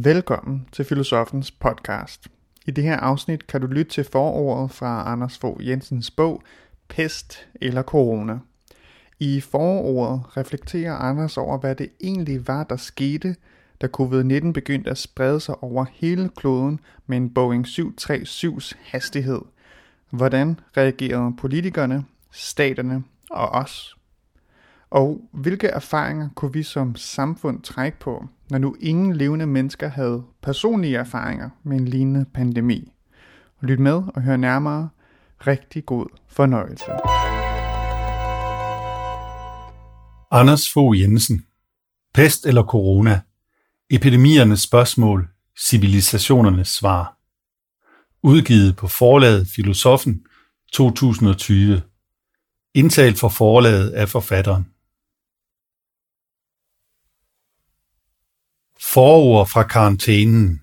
Velkommen til Filosofens podcast. I det her afsnit kan du lytte til forordet fra Anders Fogh Jensens bog Pest eller Corona. I forordet reflekterer Anders over, hvad det egentlig var, der skete, da covid-19 begyndte at sprede sig over hele kloden med en Boeing 737's hastighed. Hvordan reagerede politikerne, staterne og os? Og hvilke erfaringer kunne vi som samfund trække på, når nu ingen levende mennesker havde personlige erfaringer med en lignende pandemi? Lyt med og hør nærmere. Rigtig god fornøjelse. Anders Fogh Jensen. Pest eller corona? Epidemiernes spørgsmål, civilisationernes svar. Udgivet på forlaget Filosofen 2020. Indtalt for forlaget af forfatteren. Forord fra karantænen.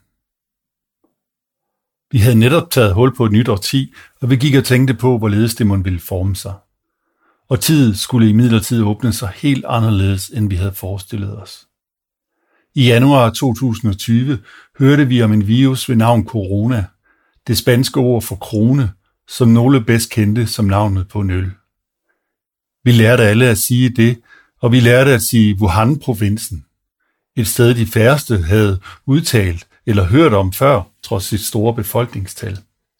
Vi havde netop taget hul på et nyt årti, og vi gik og tænkte på, hvorledes det måtte ville forme sig. Årtiet skulle imidlertid åbne sig helt anderledes, end vi havde forestillet os. I januar 2020 hørte vi om en virus ved navn corona, det spanske ord for krone, som nogle bedst kendte som navnet på en øl. Vi lærte alle at sige det, og vi lærte at sige Wuhan-provinsen. Et sted de færreste havde udtalt eller hørt om før, trods sit store befolkningstal.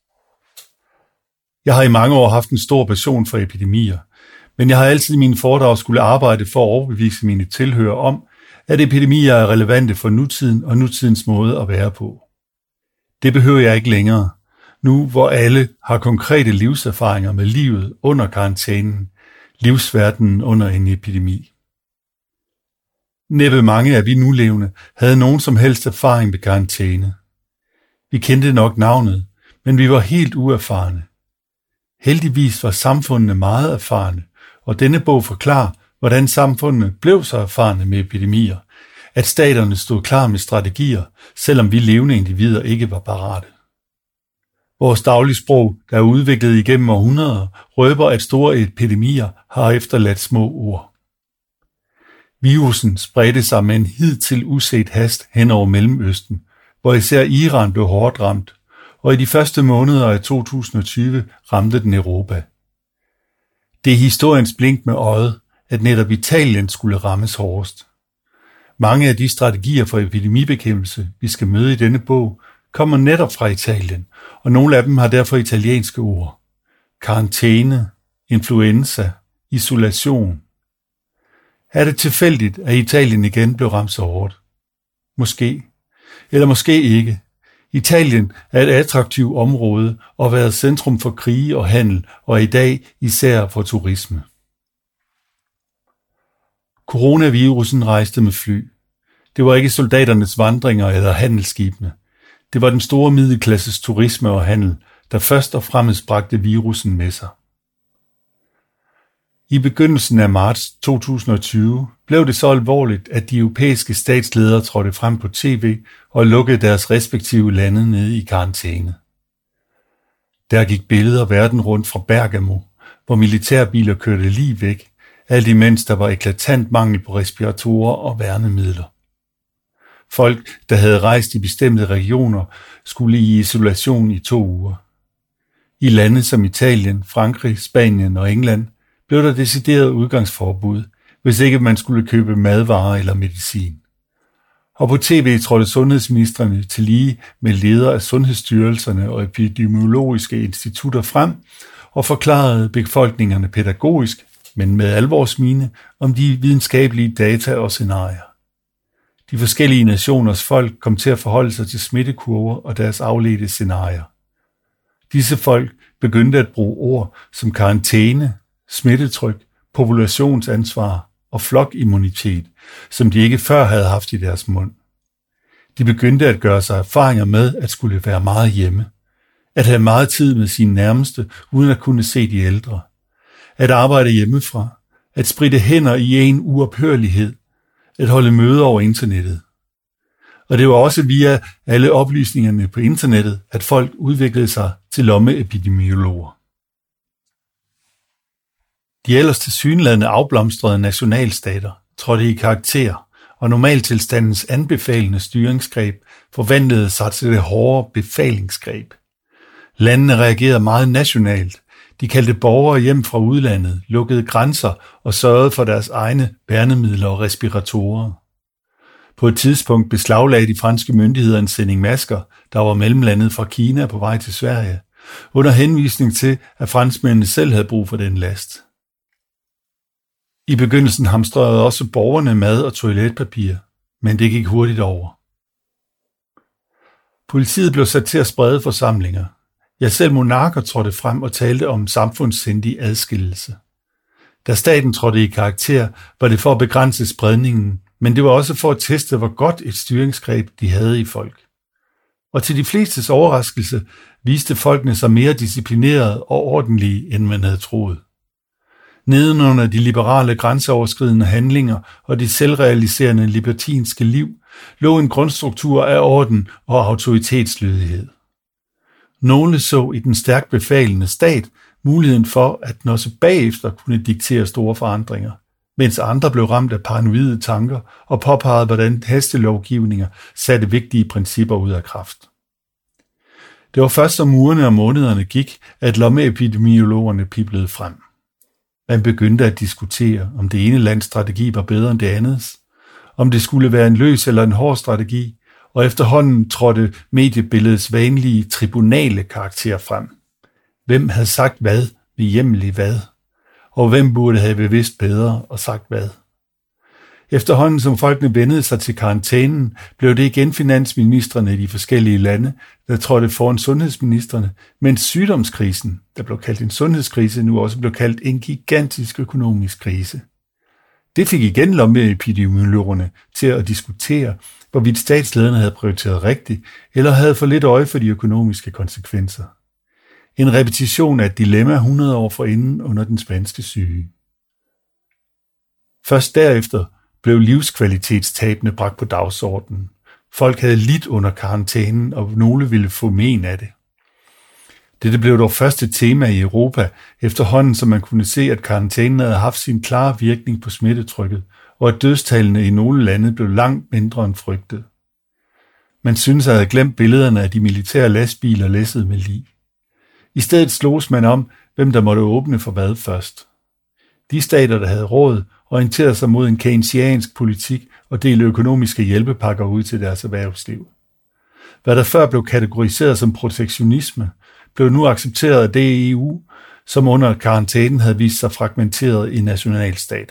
Jeg har i mange år haft en stor passion for epidemier, men jeg har altid i mine foredrag skulle arbejde for at overbevise mine tilhørere om, at epidemier er relevante for nutiden og nutidens måde at være på. Det behøver jeg ikke længere, nu hvor alle har konkrete livserfaringer med livet under karantænen, livsverdenen under en epidemi. Næppe mange af vi nulevende havde nogen som helst erfaring med karantæne. Vi kendte nok navnet, men vi var helt uerfarne. Heldigvis var samfundene meget erfarne, og denne bog forklarer, hvordan samfundene blev så erfarne med epidemier, at staterne stod klar med strategier, selvom vi levende individer ikke var parate. Vores dagligsprog, der er udviklet igennem århundreder, røber, at store epidemier har efterladt små ord. Virusen spredte sig med en hidtil uset hast hen over Mellemøsten, hvor især Iran blev hårdt ramt, og i de første måneder af 2020 ramte den Europa. Det er historiens blink med øjet, at netop Italien skulle rammes hårdest. Mange af de strategier for epidemibekæmpelse, vi skal møde i denne bog, kommer netop fra Italien, og nogle af dem har derfor italienske ord. Karantæne, influenza, isolation. Er det tilfældigt, at Italien igen blev ramt så hårdt? Måske. Eller måske ikke. Italien er et attraktivt område og har været centrum for krige og handel, og i dag især for turisme. Coronavirusen rejste med fly. Det var ikke soldaternes vandringer eller handelsskibene. Det var den store middelklasses turisme og handel, der først og fremmest bragte virusen med sig. I begyndelsen af marts 2020 blev det så alvorligt, at de europæiske statsledere trådte frem på tv og lukkede deres respektive lande nede i karantæne. Der gik billeder verden rundt fra Bergamo, hvor militærbiler kørte lige væk, alt imens der var eklatant mangel på respiratorer og værnemidler. Folk, der havde rejst i bestemte regioner, skulle i isolation i 2 uger. I lande som Italien, Frankrig, Spanien og England blev der decideret udgangsforbud, hvis ikke man skulle købe madvarer eller medicin. Og på tv trådte sundhedsministrene tillige med ledere af sundhedsstyrelserne og epidemiologiske institutter frem og forklarede befolkningerne pædagogisk, men med alvorsmine, om de videnskabelige data og scenarier. De forskellige nationers folk kom til at forholde sig til smittekurver og deres afledte scenarier. Disse folk begyndte at bruge ord som karantæne, smittetryk, populationsansvar og flokimmunitet, som de ikke før havde haft i deres mund. De begyndte at gøre sig erfaringer med at skulle være meget hjemme, at have meget tid med sine nærmeste uden at kunne se de ældre, at arbejde hjemmefra, at spritte hænder i en uophørlighed, at holde møder over internettet. Og det var også via alle oplysningerne på internettet, at folk udviklede sig til lommeepidemiologer. De ellers tilsyneladende afblomstrede nationalstater trådte i karakter og normaltilstandens anbefalende styringsgreb forvandlede sig til det hårde befalingsgreb. Landene reagerede meget nationalt. De kaldte borgere hjem fra udlandet, lukkede grænser og sørgede for deres egne værnemidler og respiratorer. På et tidspunkt beslaglagde de franske myndigheder en sending masker, der var mellemlandet fra Kina på vej til Sverige, under henvisning til, at franskmændene selv havde brug for den last. I begyndelsen hamstrede også borgerne mad og toiletpapir, men det gik hurtigt over. Politiet blev sat til at sprede forsamlinger. Ja, selv monarker trådte frem og talte om samfundssindig adskillelse. Da staten trådte i karakter, var det for at begrænse spredningen, men det var også for at teste, hvor godt et styringsgreb de havde i folk. Og til de flestes overraskelse viste folkene sig mere disciplinerede og ordentlige, end man havde troet. Nedenunder de liberale grænseoverskridende handlinger og de selvrealiserende libertinske liv lå en grundstruktur af orden og autoritetslydighed. Nogle så i den stærkt befalende stat muligheden for, at den også bagefter kunne diktere store forandringer, mens andre blev ramt af paranoide tanker og påpegede, hvordan hastelovgivninger satte vigtige principper ud af kraft. Det var først, som ugerne og månederne gik, at lommeepidemiologerne piblede frem. Man begyndte at diskutere, om det ene lands strategi var bedre end det andets, om det skulle være en løs eller en hård strategi, og efterhånden trådte mediebilledets vanlige tribunale karakter frem. Hvem havde sagt hvad ved hjemmel i hvad, og hvem burde have bevidst bedre og sagt hvad. Efterhånden som folkene vendede sig til karantænen, blev det igen finansministrene i de forskellige lande, der trådte foran sundhedsministrene, mens sygdomskrisen, der blev kaldt en sundhedskrise, nu også blev kaldt en gigantisk økonomisk krise. Det fik igen lommeepidemiologerne til at diskutere, hvorvidt statslederne havde prioriteret rigtigt, eller havde for lidt øje for de økonomiske konsekvenser. En repetition af et dilemma 100 år forinden under den spanske syge. Først derefter blev livskvalitetstabene bragt på dagsordenen. Folk havde lidt under karantænen, og nogle ville få men af det. Dette blev dog første tema i Europa, efterhånden som man kunne se, at karantænen havde haft sin klare virkning på smittetrykket, og at dødstallene i nogle lande blev langt mindre end frygtet. Man synes at have glemt billederne af de militære lastbiler læsset med lig. I stedet sloges man om, hvem der måtte åbne for hvad først. De stater, der havde råd, orienterede sig mod en keynesiansk politik og delte økonomiske hjælpepakker ud til deres erhvervsliv. Hvad der før blev kategoriseret som protektionisme, blev nu accepteret af det EU, som under karantænen havde vist sig fragmenteret i nationalstater.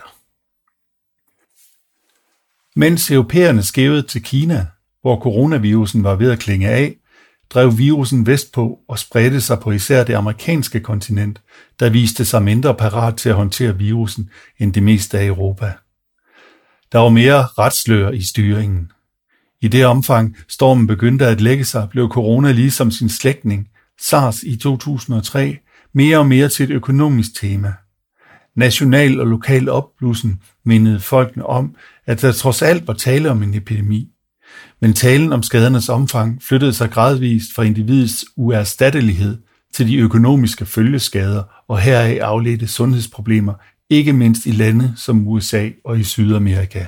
Mens europæerne skævede til Kina, hvor coronavirusen var ved at klinge af, drev virusen vestpå og spredte sig på især det amerikanske kontinent, der viste sig mindre parat til at håndtere virusen end det meste af Europa. Der var mere retslør i styringen. I det omfang stormen begyndte at lægge sig, blev corona ligesom sin slægtning, SARS i 2003, mere og mere til et økonomisk tema. National og lokal opblussen mindede folkene om, at der trods alt var tale om en epidemi. Men talen om skadernes omfang flyttede sig gradvist fra individets uerstattelighed til de økonomiske følgeskader og heraf afledte sundhedsproblemer, ikke mindst i lande som USA og i Sydamerika.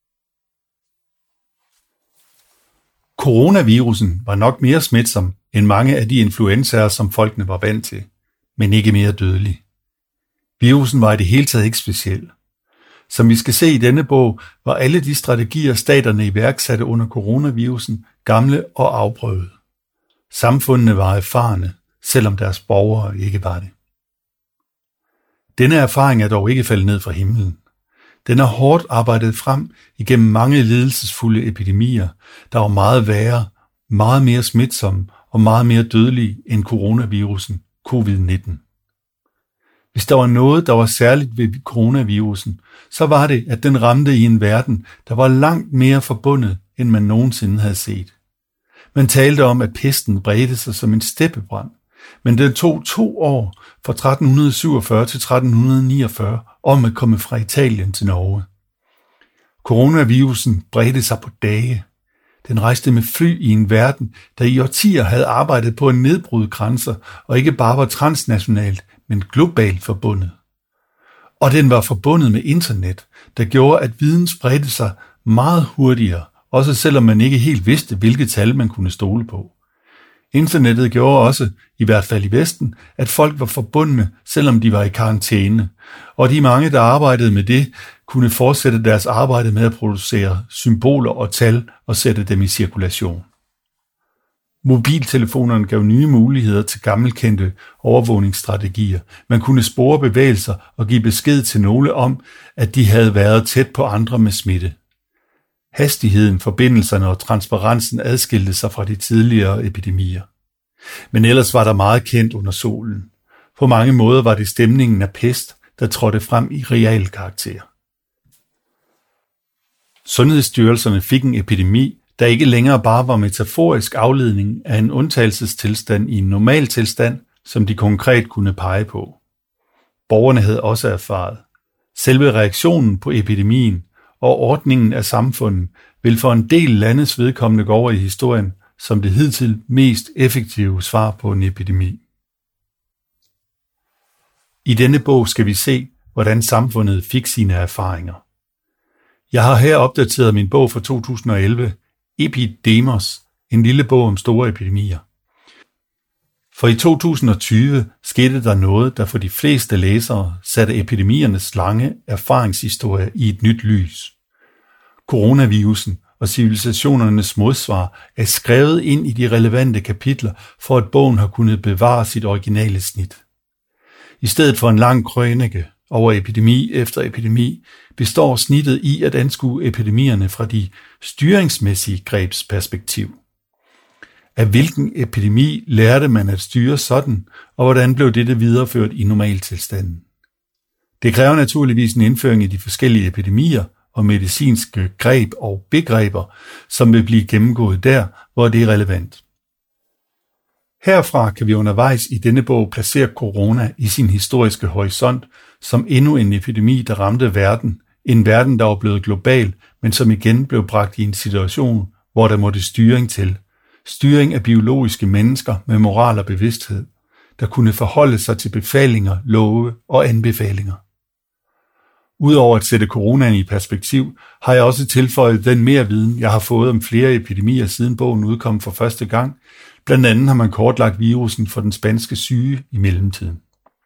Coronavirusen var nok mere smitsom end mange af de influenzaer, som folkene var vant til, men ikke mere dødelig. Virusen var i det hele taget ikke speciel. Som vi skal se i denne bog, var alle de strategier, staterne iværksatte under coronavirusen, gamle og afprøvede. Samfundene var erfarne, selvom deres borgere ikke var det. Denne erfaring er dog ikke faldet ned fra himlen. Den er hårdt arbejdet frem igennem mange lidelsesfulde epidemier, der var meget værre, meget mere smitsomme og meget mere dødelige end coronavirusen, covid-19. Hvis der var noget, der var særligt ved coronavirusen, så var det, at den ramte i en verden, der var langt mere forbundet, end man nogensinde havde set. Man talte om, at pesten bredte sig som en steppebrand, men det tog 2 år fra 1347 til 1349 om at komme fra Italien til Norge. Coronavirusen bredte sig på dage. Den rejste med fly i en verden, der i årtier havde arbejdet på at nedbryde grænser og ikke bare var transnationalt, men globalt forbundet. Og den var forbundet med internet, der gjorde, at viden spredte sig meget hurtigere, også selvom man ikke helt vidste, hvilke tal man kunne stole på. Internettet gjorde også, i hvert fald i Vesten, at folk var forbundne, selvom de var i karantæne, og de mange, der arbejdede med det, kunne fortsætte deres arbejde med at producere symboler og tal og sætte dem i cirkulation. Mobiltelefonerne gav nye muligheder til gammelkendte overvågningsstrategier. Man kunne spore bevægelser og give besked til nogle om, at de havde været tæt på andre med smitte. Hastigheden, forbindelserne og transparensen adskilte sig fra de tidligere epidemier. Men ellers var der meget kendt under solen. På mange måder var det stemningen af pest, der trådte frem i real karakter. Sundhedsstyrelserne fik en epidemi, der ikke længere bare var metaforisk afledning af en undtagelsestilstand i en normal tilstand, som de konkret kunne pege på. Borgerne havde også erfaret. Selve reaktionen på epidemien og ordningen af samfundet vil for en del landes vedkommende gå over i historien som det hidtil mest effektive svar på en epidemi. I denne bog skal vi se, hvordan samfundet fik sine erfaringer. Jeg har her opdateret min bog fra 2011, Epidemos, en lille bog om store epidemier. For i 2020 skete der noget, der for de fleste læsere satte epidemiernes lange erfaringshistorie i et nyt lys. Coronavirusen og civilisationernes modsvar er skrevet ind i de relevante kapitler, for at bogen har kunnet bevare sit originale snit. I stedet for en lang krønike over epidemi efter epidemi, består snittet i at anskue epidemierne fra de styringsmæssige grebs perspektiv. Af hvilken epidemi lærte man at styre sådan, og hvordan blev dette videreført i normaltilstanden? Det kræver naturligvis en indføring i de forskellige epidemier og medicinske greb og begreber, som vil blive gennemgået der, hvor det er relevant. Herfra kan vi undervejs i denne bog placere corona i sin historiske horisont som endnu en epidemi, der ramte verden, en verden, der var blevet global, men som igen blev bragt i en situation, hvor der måtte styring til. Styring af biologiske mennesker med moral og bevidsthed, der kunne forholde sig til befalinger, love og anbefalinger. Udover at sætte coronaen i perspektiv, har jeg også tilføjet den mere viden, jeg har fået om flere epidemier siden bogen udkom for første gang. Blandt andet har man kortlagt virusen for den spanske syge i mellemtiden.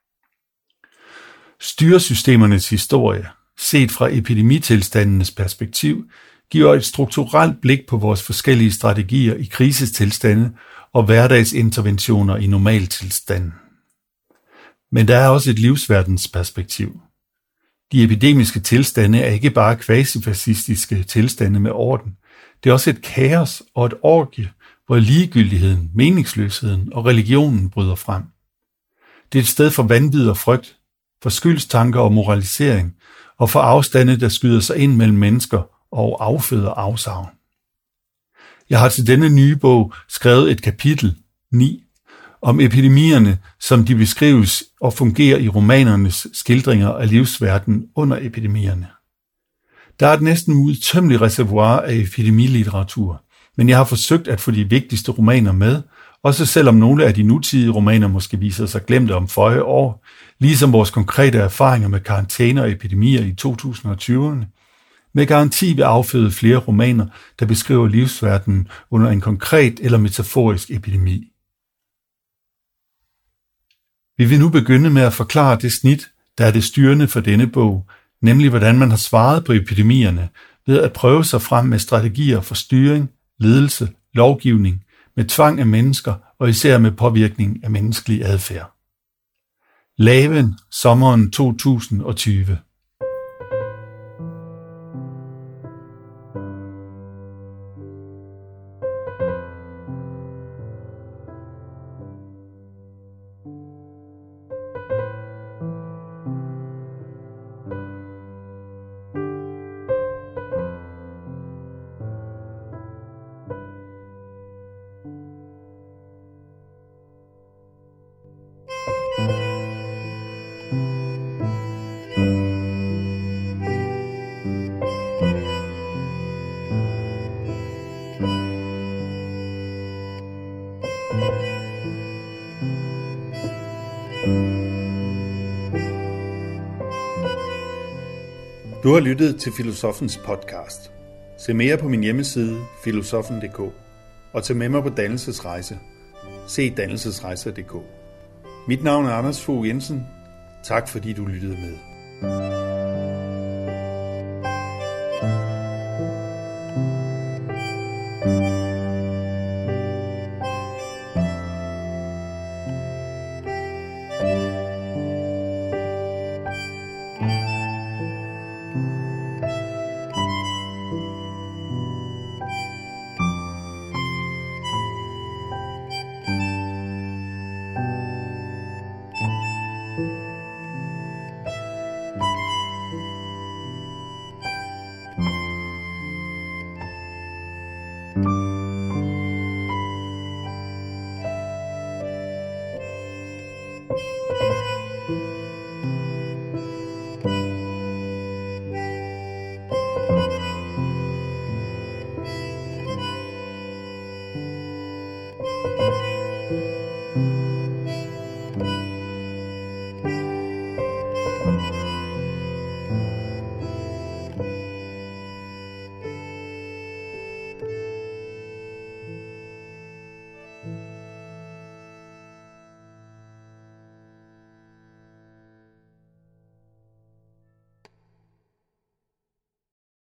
Styresystemernes historie, set fra epidemitilstandenes perspektiv, giver et strukturelt blik på vores forskellige strategier i krisestilstande og hverdagsinterventioner i normaltilstanden. Men der er også et livsverdensperspektiv. De epidemiske tilstande er ikke bare kvasifascistiske tilstande med orden. Det er også et kaos og et orgie, hvor ligegyldigheden, meningsløsheden og religionen bryder frem. Det er et sted for vanvid og frygt, for skyldstanker og moralisering, og for afstande, der skyder sig ind mellem mennesker og afføder afsavn. Jeg har til denne nye bog skrevet et kapitel, 9, om epidemierne, som de beskrives og fungerer i romanernes skildringer af livsverdenen under epidemierne. Der er et næsten uudtømmeligt reservoir af epidemilitteratur, men jeg har forsøgt at få de vigtigste romaner med, også selvom nogle af de nutidige romaner måske viser sig glemte om føje år, ligesom vores konkrete erfaringer med karantæner og epidemier i 2020'erne, med garanti vil afføde flere romaner, der beskriver livsverdenen under en konkret eller metaforisk epidemi. Vi vil nu begynde med at forklare det snit, der er det styrende for denne bog, nemlig hvordan man har svaret på epidemierne ved at prøve sig frem med strategier for styring, ledelse, lovgivning, med tvang af mennesker og især med påvirkning af menneskelig adfærd. Laven, sommeren 2020. Du har lyttet til Filosofens podcast. Se mere på min hjemmeside filosoffen.dk og tag med mig på dannelsesrejse. Se dannelsesrejser.dk. Mit navn er Anders Fogh Jensen. Tak fordi du lyttede med.